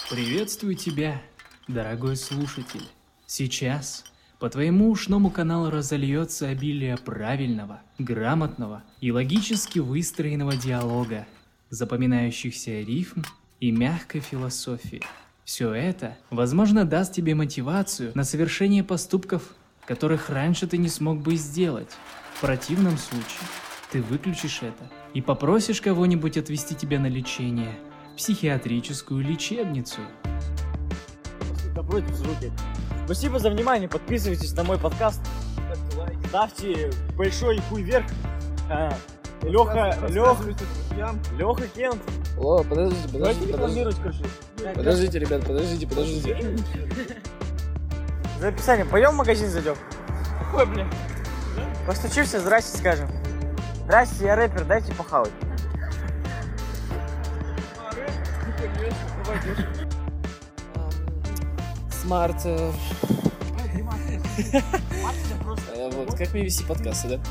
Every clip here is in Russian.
Приветствую тебя, дорогой слушатель. Сейчас по твоему ушному каналу разольется обилие правильного, грамотного и логически выстроенного диалога, запоминающихся рифм и мягкой философии. Все это, возможно, даст тебе мотивацию на совершение поступков, которых раньше ты не смог бы сделать. В противном случае ты выключишь это и попросишь кого-нибудь отвезти тебя на лечение в психиатрическую лечебницу. Против звуки. Спасибо за внимание, подписывайтесь на мой подкаст, ставьте большой хуй вверх. Леха Кент. О, подождите, ребят, подождите. За описание, пойдем в магазин зайдем. Какой, блин? Постучимся, здрасте скажем. Здрасте, я рэпер, дайте похавать. Смарт. Вот, как мне вести подкасты, да?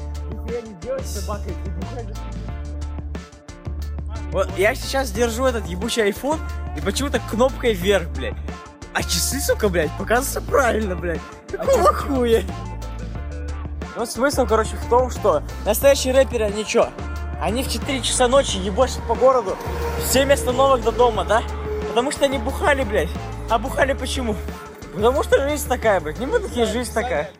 Вот я сейчас держу этот ебучий iPhone и почему-то кнопкой вверх, блядь. А часы, сука, блядь, показываются правильно, блядь. Какого хуя? Ну, смысл, короче, в том, что настоящие рэперы, они чё? Они в 4 часа ночи ебошат по городу, 7 остановок до дома, да? Потому что они бухали, блядь. А бухали почему? Потому что жизнь такая, блядь. Не мы такие, жизнь такая.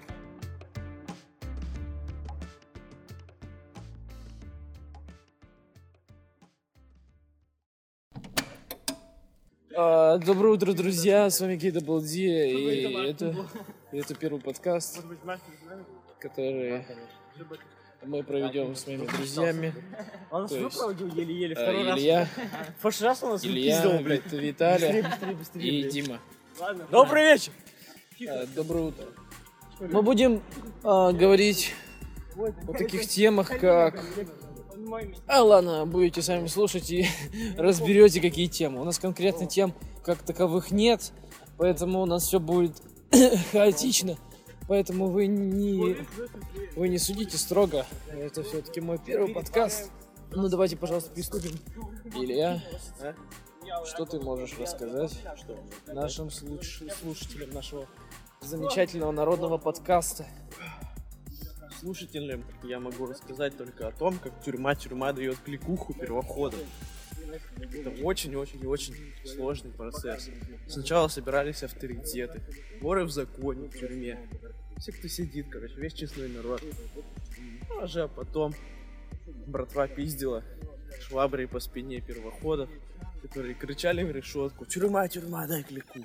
Доброе утро, друзья, с вами Кейт Даблди, и это первый подкаст, который мы проведем с моими друзьями. Он нас выпроводил еле-еле второй раз. Илья, В прошлый раз он нас выпиздил, блядь. Виталий и блядь. Дима. Ладно. Добрый вечер. Доброе утро. Мы будем говорить о таких темах, как... ладно, будете сами слушать и разберете, какие темы. У нас конкретно тем как таковых нет, поэтому у нас все будет хаотично. Поэтому вы не судите строго. Это все-таки мой первый подкаст. Ну давайте, пожалуйста, приступим. Илья, что ты можешь рассказать нашим слушателям нашего замечательного народного подкаста? Слушателям я могу рассказать только о том, как тюрьма дает кликуху первоходам. Это очень сложный процесс. Сначала собирались авторитеты, воры в законе, в тюрьме. Все, кто сидит, короче, весь честной народ. Ну, а потом братва пиздила шваброй по спине первоходов, которые кричали в решетку: «Тюрьма, дай кликуху!»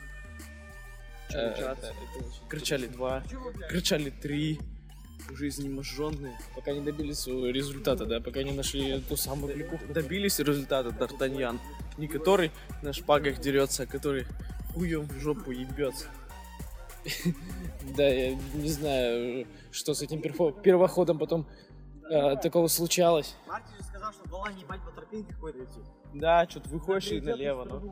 Кричали 2, кричали 3. Уже изнеможенные. Пока не добились своего результата, да? Пока не нашли ту самую кликуху. Добились результата Д'Артаньян. Не который на шпагах дерется, а который хуем в жопу ебется. Да, я не знаю, что с этим первоходом потом такого случалось. Мартин же сказал, что была не ебать по тропинке какой-то идти. Да, что-то выходишь и налево, но...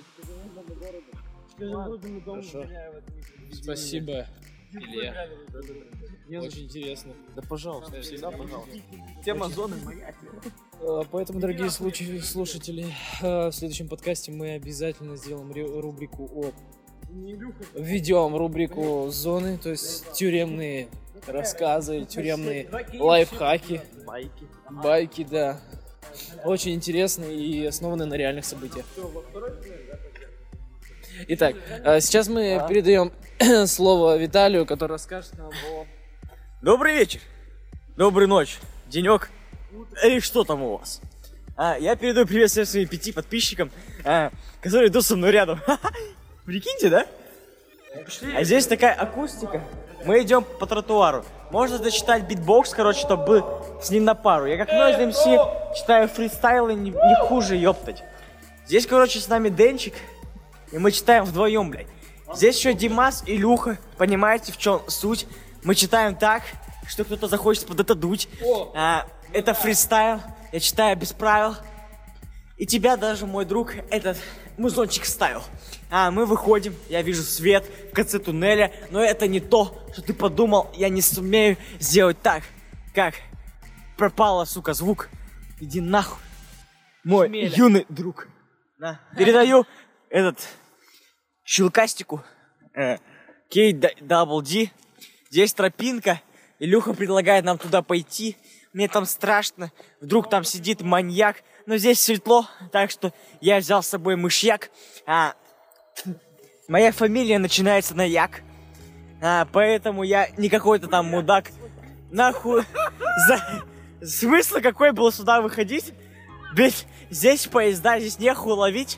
Хорошо. Спасибо, Илья. Очень интересно. Да пожалуйста, всегда пожалуйста. Тема зоны моя. Поэтому, дорогие слушатели, в следующем подкасте мы обязательно сделаем введем рубрику зоны, то есть тюремные рассказы, тюремные лайфхаки, байки, да. Очень интересно и основаны на реальных событиях. Итак, сейчас мы передаем слово Виталию, который расскажет нам о... Добрый вечер, доброй ночь, денек, или что там у вас? Я передаю привет всем своим 5 подписчикам, которые идут со мной рядом. Прикиньте, да? А здесь такая акустика. Мы идем по тротуару. Можно зачитать битбокс, короче, чтобы был с ним на пару. Я как Noise MC читаю фристайлы не хуже, ёптать. Здесь, короче, с нами Денчик, и мы читаем вдвоем, блядь. Здесь еще Димас и Илюха, понимаете, в чем суть? Мы читаем так, что кто-то захочет под это дуть. Это фристайл, я читаю без правил. И тебя даже, мой друг, этот музончик ставил. Мы выходим, я вижу свет в конце туннеля, но это не то, что ты подумал. Я не сумею сделать так, как пропало, сука, звук. Иди нахуй, мой юный друг. Передаю щелкастику KWD. Здесь тропинка. Илюха предлагает нам туда пойти. Мне там страшно. Вдруг там сидит маньяк. Но здесь светло, так что я взял с собой мышьяк. Моя фамилия начинается на як. Поэтому я не какой-то там мудак. Нахуй. Смысл какой был сюда выходить? Ведь здесь поезда, здесь нехуй ловить.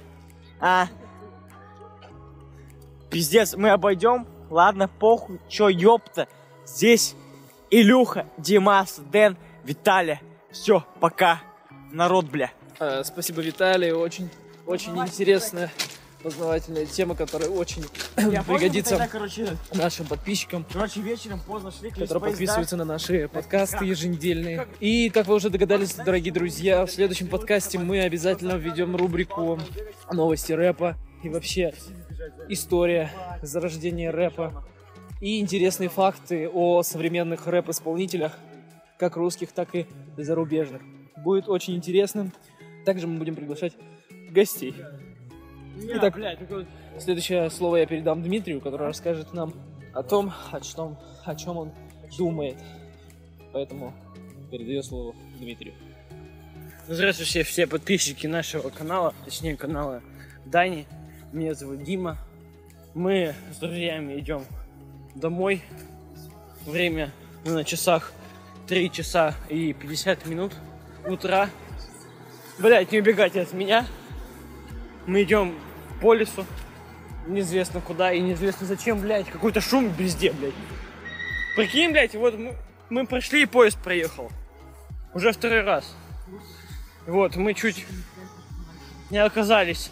Пиздец, мы обойдем. Ладно, похуй. Чё, ёпта. Здесь Илюха, Димас, Дэн, Виталя. Все, пока. Народ, бля. Спасибо, Виталий. Очень интересная, познавательная тема, которая очень пригодится нашим подписчикам, Вечером поздно шли, которые подписываются на наши подкасты еженедельные. И, как вы уже догадались, дорогие друзья, в следующем подкасте мы обязательно введем рубрику новости рэпа и вообще история зарождения рэпа и интересные факты о современных рэп-исполнителях, как русских, так и зарубежных. Будет очень интересным. Также мы будем приглашать гостей. Итак, следующее слово я передам Дмитрию, который расскажет нам о том, о чем он думает. Поэтому передаю слово Дмитрию. Здравствуйте все подписчики нашего канала, точнее канала Дани. Меня зовут Дима. Мы с друзьями идем домой. Время на часах 3 часа и 50 минут утра. Блять, не убегайте от меня. Мы идем по лесу, неизвестно куда и неизвестно зачем, блядь. Какой-то шум везде, блядь. Прикинь, блядь, вот мы прошли и поезд проехал. Уже второй раз. Вот, мы чуть не оказались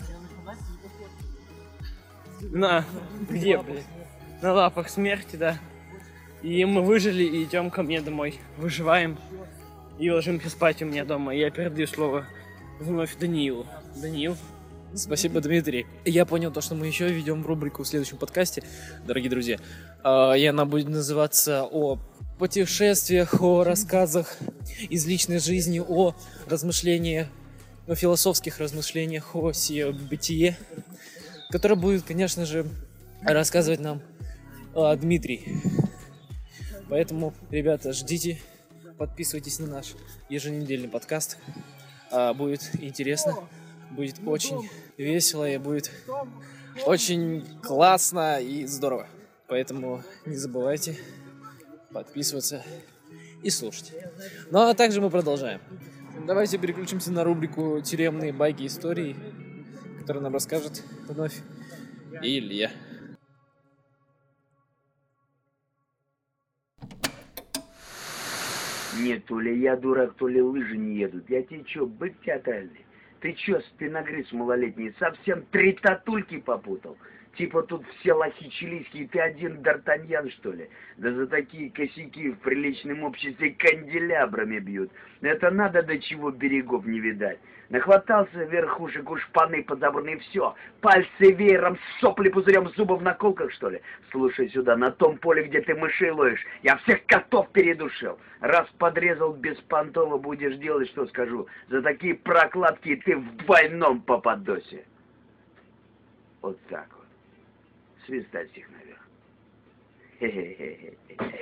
где, блядь? На лапах смерти, да. И мы выжили и идем ко мне домой. Выживаем и ложимся спать у меня дома. Я передаю слово вновь Даниилу. Даниил. Спасибо, Дмитрий. Я понял то, что мы еще ведем рубрику в следующем подкасте, дорогие друзья. И она будет называться о путешествиях, о рассказах из личной жизни, о размышлениях, о философских размышлениях, о бытие, которое будет, конечно же, рассказывать нам Дмитрий. Поэтому, ребята, ждите, подписывайтесь на наш еженедельный подкаст. Будет интересно, будет очень весело и будет очень классно и здорово. Поэтому не забывайте подписываться и слушать. Ну а также мы продолжаем. Давайте переключимся на рубрику «Тюремные байки истории», которую нам расскажет вновь Илья. Нет, то ли я дурак, то ли лыжи не едут. Я тебе чё, бык театральный? Ты чё, спиногрыз малолетний, совсем 3 татульки попутал? Типа тут все лохи чилийские, ты один Д'Артаньян, что ли? Да за такие косяки в приличном обществе канделябрами бьют. Это надо до чего берегов не видать. Нахватался верхушек, у шпаны подобраны, все. Пальцы веером, сопли пузырем, зубы в наколках, что ли? Слушай сюда, на том поле, где ты мышей ловишь, я всех котов передушил. Раз подрезал беспонтово, будешь делать, что скажу. За такие прокладки ты в двойном попадосе. Вот так вот. Свистать их наверх. Хе-хе-хе-хе.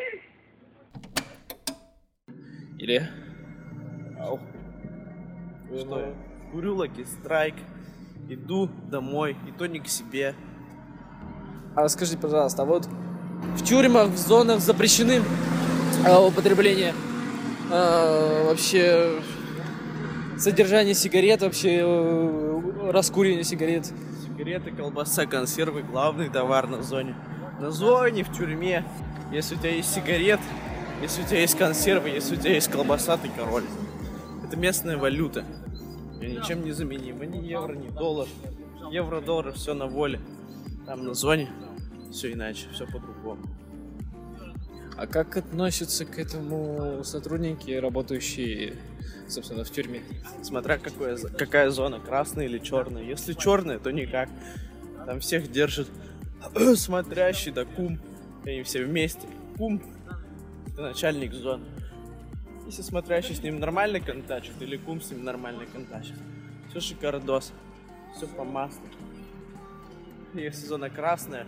Илья? Ау. Что я? Курю Lucky Strike, иду домой, и то не к себе. А скажите, пожалуйста, а вот в тюрьмах, в зонах запрещены употребление вообще содержание сигарет, вообще раскуривание сигарет? Сигареты, колбаса, консервы — главный товар на зоне. На зоне, в тюрьме. Если у тебя есть сигарет, если у тебя есть консервы, если у тебя есть колбаса, ты король. Это местная валюта. И ничем не заменима. Ни евро, ни доллар. Евро, доллар, все на воле. Там на зоне все иначе, все по-другому. А как относятся к этому сотрудники, работающие, собственно, в тюрьме? Смотря какая зона, красная или черная. Если черная, то никак. Там всех держит смотрящий, да кум. И они все вместе. Кум — это начальник зоны. Если смотрящий с ним нормально контачит, или кум с ним нормально контачит, все шикардос, все по маслу. Если зона красная,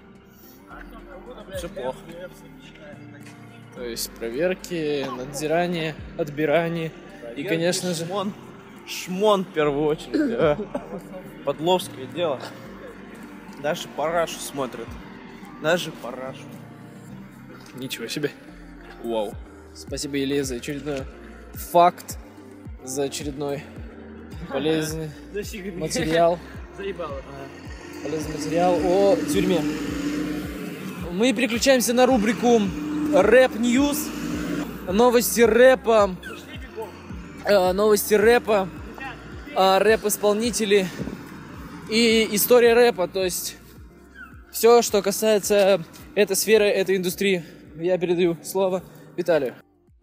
все плохо. То есть проверки, надзирание, отбирание и, конечно же... Шмон в первую очередь. Подловское дело. Даже парашу смотрят. Даже парашу. Ничего себе. Вау. Спасибо, Илья, за очередной факт, за очередной полезный материал. Заебало. Полезный материал о тюрьме. Мы переключаемся на рубрику Рэп Ньюс. Новости рэпа. Новости рэпа. Рэп-исполнители. И история рэпа. То есть все, что касается этой сферы, этой индустрии. Я передаю слово Виталию.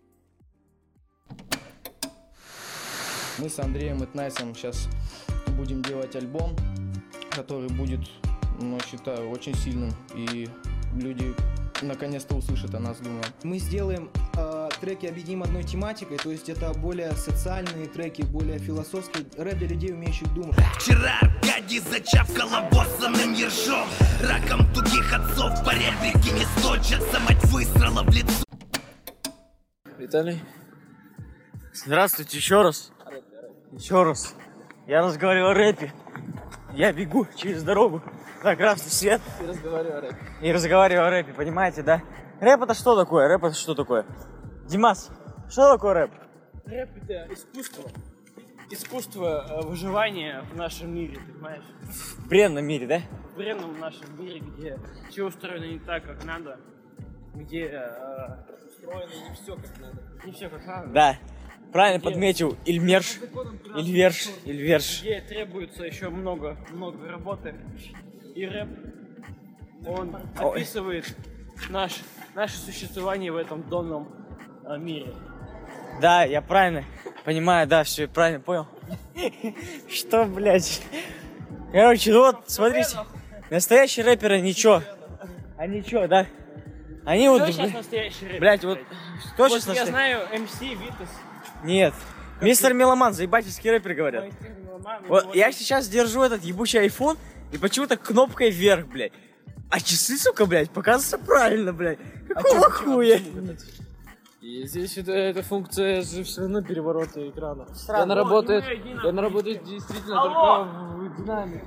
Мы с Андреем Итнайсом сейчас будем делать альбом, который будет, считаю, очень сильным. И люди наконец-то услышат о нас, думаю. Мы сделаем треки, объединим одной тематикой, то есть это более социальные треки, более философские, рэп для людей, умеющих думать. Вчера Аркадий зачавкал обоссанным ершом. Раком тугих отцов порядники не сточатся, мать выстрела в лицо. Виталий. Здравствуйте еще раз. Еще раз. Я разговариваю о рэпе. Я бегу через дорогу на красный свет. И разговариваю о рэпе. И разговариваю о рэпе, понимаете, да? Рэп это что такое? Рэп это что такое? Димас, что такое рэп? Рэп это искусство. Искусство выживания в нашем мире, понимаешь? В бренном мире, да? В бренном нашем мире, где все устроено не так, как надо. Где устроено не все как надо. Не все как надо. Да. Правильно подметил Ильверш. Где требуется еще много работы. И рэп, он описывает наше существование в этом донном мире. Да, я правильно понимаю, да, все, правильно понял. Что, блядь? Короче, ну вот, смотрите. Настоящие рэперы ничего. Они чё, да? Они Кто вот... сейчас настоящий рэпер? Блядь, вот... Кто Вот сейчас я настоящий? знаю MC, Витас. Нет. Мистер Меломан, заебательский рэпер, говорят. Вот я сейчас держу этот ебучий айфон, и почему-то кнопкой вверх, блядь. А часы, сука, блядь, показываются правильно, блядь. Какого хуя? И здесь эта функция же все равно переворота экрана. Странно. Она работает действительно только в динамике.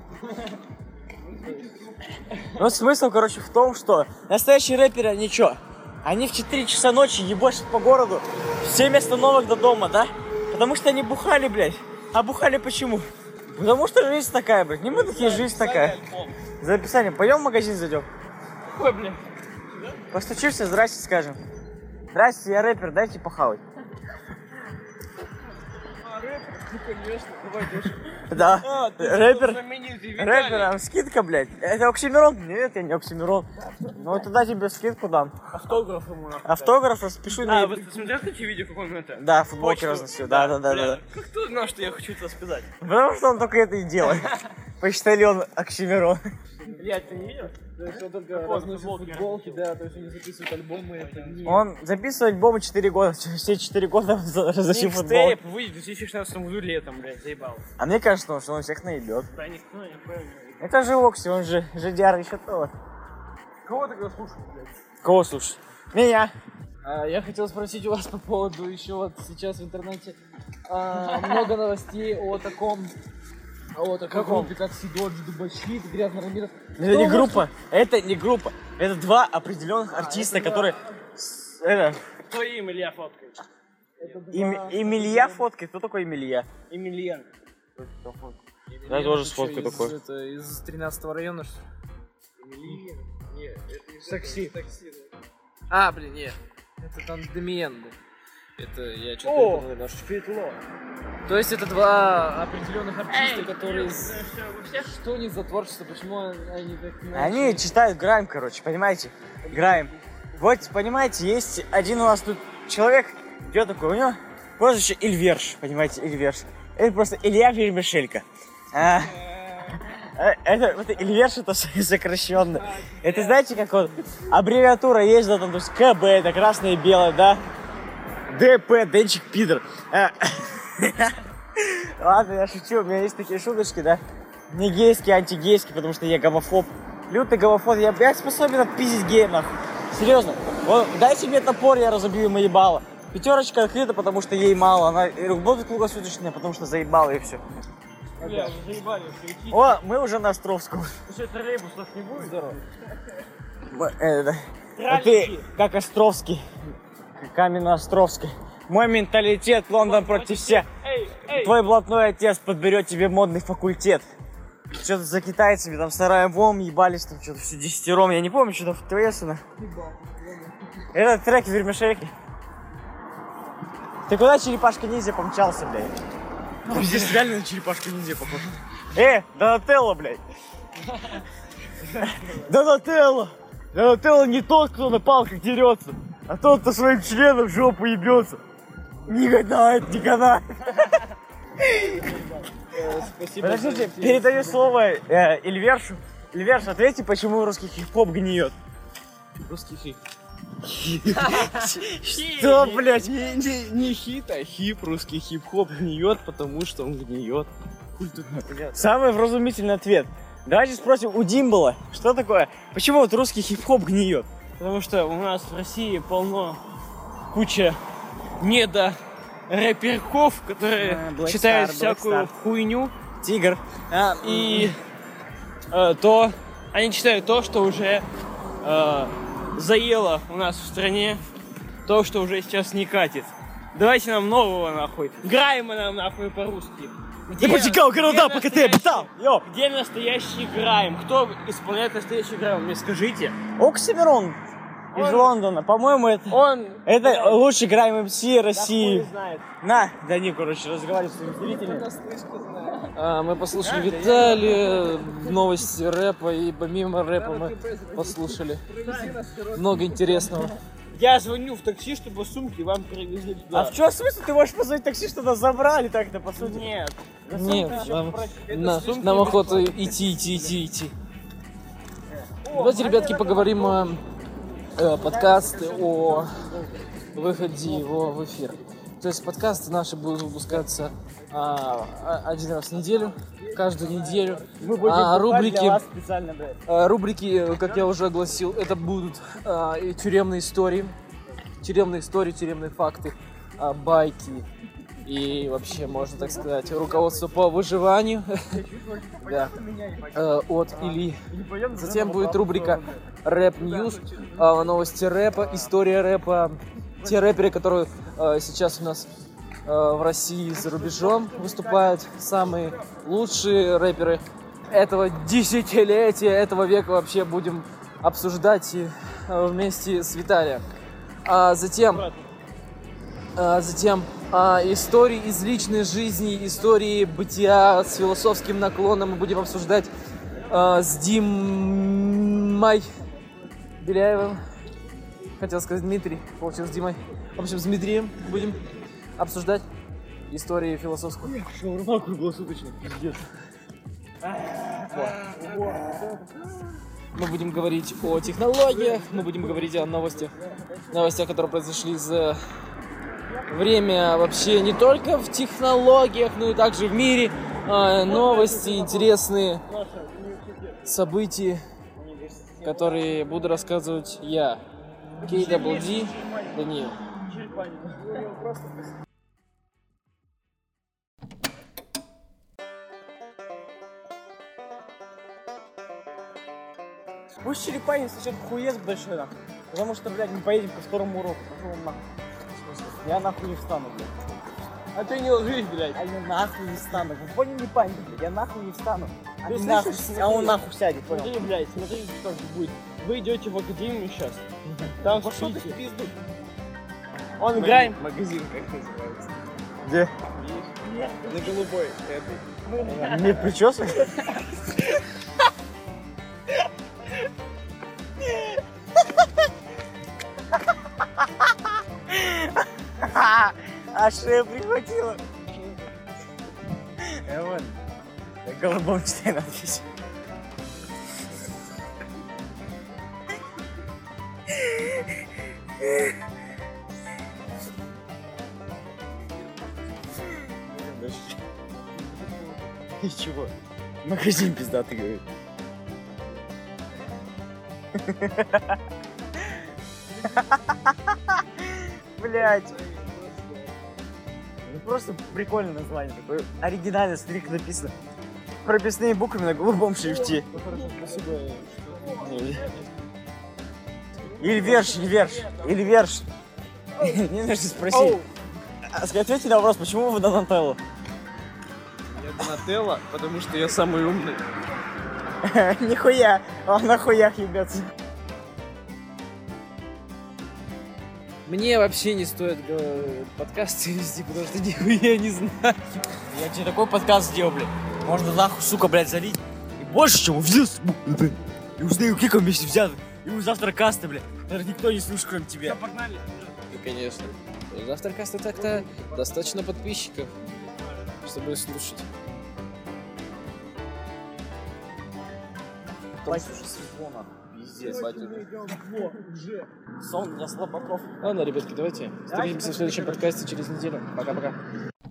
Ну, смысл, короче, в том, что настоящие рэперы, ничего. Они в 4 часа ночи ебошат по городу, в 7 остановок до дома, да? Потому что они бухали, блядь. А бухали почему? Потому что жизнь такая, блядь. Не мы такие, жизнь такая. За описанием. Пойдем в магазин зайдем. Ой, блядь. Постучишься, здрасте скажем. Здрасте, я рэпер, дайте похавать. Да, рэпер, рэперам скидка, блядь. Это оксимирон? Нет, я не оксимирон. Ну тогда тебе скидку дам. Автограф ему нахуй. Автограф распишу А, на... вы смотрел, кстати, видео, как он это? Да, футболки Почту? разносил, да. Как ты узнал, что я хочу это сказать? Потому что он только это и делает. Почтальон оксимирон. Блядь, ты не видел? То есть он только разносит футболки, да, то есть он не записывает альбомы, это не... Он записывает альбомы 4 года. Все 4 года разносил футболки. Микстейп выйдет в 2016 году летом, блядь, заебал. А мне кажется, что он всех наебет. Да никто не понял. Это же Окси, он же жидяр еще тот. Кого тогда слушать, блядь? Кого слушать? Меня. Я хотел спросить у вас по поводу еще вот сейчас в интернете много новостей о такой группе, как Сидоджи, Дубачит, Грязный Рамиров. Это не группа, это два определенных артиста, которые... Кто им Илья фоткает? Эмилья фоткает. Кто такой Эмилья? Эмильян. Я тоже сфоткаю такой. Это из 13-го района, что ли? Такси. Блин, нет. Это там Демиен был. Это я О, что-то немножко. светло. То есть это два определенных артиста, которые... Вы всех? Что у них за творчество? Почему они так... Они читают Грайм, короче, понимаете? Грайм. Вот, понимаете, есть один у нас тут человек, идет такой, у него прозвище Ильверш, понимаете, Ильверш. Это просто Илья Вермишелька. Это Ильверш, это сокращенно. Это знаете, как вот аббревиатура есть, да, там, то есть КБ, это красное и белое, да? ДП, Денчик Пидор. Ладно, я шучу, у меня есть такие шуточки, да? Не гейский, антигейский, потому что я гомофоб. Лютый гомофоб, я способен отпиздить геев, нахуй. Серьезно. Вот, дайте мне топор, я разобью ему ебало. 5 открыта, потому что ей мало. Она работает круглосуточно, потому что заебала и все. Бля, вы заебали, все. О, мы уже на Островском. Что, троллейбусов не будет? Здорово. А ты как Островский. Каменно-Островский. Мой менталитет, Лондон против всех. Твой блатной отец подберет тебе модный факультет. Что-то за китайцами, там с Райвом ебались, там что-то все десятером. Я не помню, что там интересно. Это трек Вермишельки. Ты куда черепашка-ниндзя помчался, блядь? Здесь реально на черепашку-ниндзя похож. Донателло, блядь. Донателло! Донателло не тот, кто на палках дерется, а тот, кто своим членом в жопу ебется. Не гадает, не гадает. Спасибо. Подождите, передаю слово Эльвершу. Эльверш, ответьте, почему русский хип-хоп гниет. Русский хит. Что, блядь? Не хит, а хип. Русский хип-хоп гниет, потому что он гниет. Хуй тут непонятно. Самый вразумительный ответ. Давайте спросим у Димбала, что такое, почему вот русский хип-хоп гниет? Потому что у нас в России полно куча рэперков, которые читают всякую хуйню. Тигр. И они читают то, что уже заело у нас в стране, то, что уже сейчас не катит. Давайте нам нового нахуй. Грайма нам нахуй по-русски. Я потекал города, пока ты обитал. Где настоящий грайм? Кто исполняет настоящий грайм? Мне скажите. Оксимирон из Лондона. По-моему, это лучший грайм МС России. Да не, короче, разговаривай с своими зрителями. Мы послушали Виталия, новости рэпа, и помимо рэпа мы послушали много интересного. Я звоню в такси, чтобы сумки вам привезли туда. А в чем смысл? Ты можешь позвонить такси, что нас забрали так-то, по сути? Нет. Нет, нам охота идти. Давайте, ребятки, поговорим подкасты о выходе его в эфир. То есть подкасты наши будут выпускаться один раз в неделю, каждую неделю. Мы будем рубрики, для вас специально, блядь. Рубрики, как я уже огласил, это будут и тюремные истории, тюремные факты, байки и вообще, можно так сказать, руководство по выживанию от Ильи. Затем будет рубрика Рэп Ньюс, новости рэпа, история рэпа, те рэперы, которые сейчас у нас в России за рубежом выступают, самые лучшие рэперы этого десятилетия, этого века вообще будем обсуждать вместе с Виталием. Затем истории из личной жизни, истории бытия с философским наклоном мы будем обсуждать с Димой Беляевым. Хотел сказать Дмитрий, получилось Димой. В общем, с Дмитрием будем обсуждать истории философскую. Шаурма круглосуточно, пиздец. Мы будем говорить о технологиях, мы будем говорить о новостях, которые произошли за время вообще не только в технологиях, но и также в мире. Новости, интересные события, которые буду рассказывать я, KWD Даниил. Пусть черепахин сочет хуец большой, нахуй. Потому что, блядь, мы поедем ко второму уроку. Пошел он нахуй. Я нахуй не встану, блядь. А ты не ложись, блядь. А я нахуй не встану. Вы поняли, не паник, блядь. Я нахуй не встану. Ты нахуй, слышишь? а он нахуй сядет, понял? Смотри, блядь, смотри, как будет. Вы идете в академию сейчас. Там Пошел ты в стоите. пизду. Он играем. Магазин как называется? Где? На голубой. Не причесывай. А шею прихватила. Вон. Голубом читай надпись. И чего? Магазин пиздатый, говорит. Блять. Ну просто прикольное название. Такое оригинальное, смотри, как написано. Прописные буквы на голубом шрифте. Или верш. Не нужно спросить. Ответьте на вопрос, почему вы Донателло? Я Донателло, потому что я самый умный. Нихуя, он на хуях ебется. Мне вообще не стоит подкасты вести, потому что нихуя не знаю. Я тебе такой подкаст сделал, блядь. Можно нахуй, сука, блядь, залить. И больше, чем увиделся. И узнаю, какие вместе взяты. И у завтракаста, блядь. Даже никто не слушает, кроме тебя. Погнали. Ну, конечно. У завтракаста так-то достаточно подписчиков, чтобы слушать. Хватит уже светло, нахуй. Пиздец, хватит. Сон для слабаков. Ладно, ребятки, давайте встретимся в следующем подкасте через неделю. Пока-пока.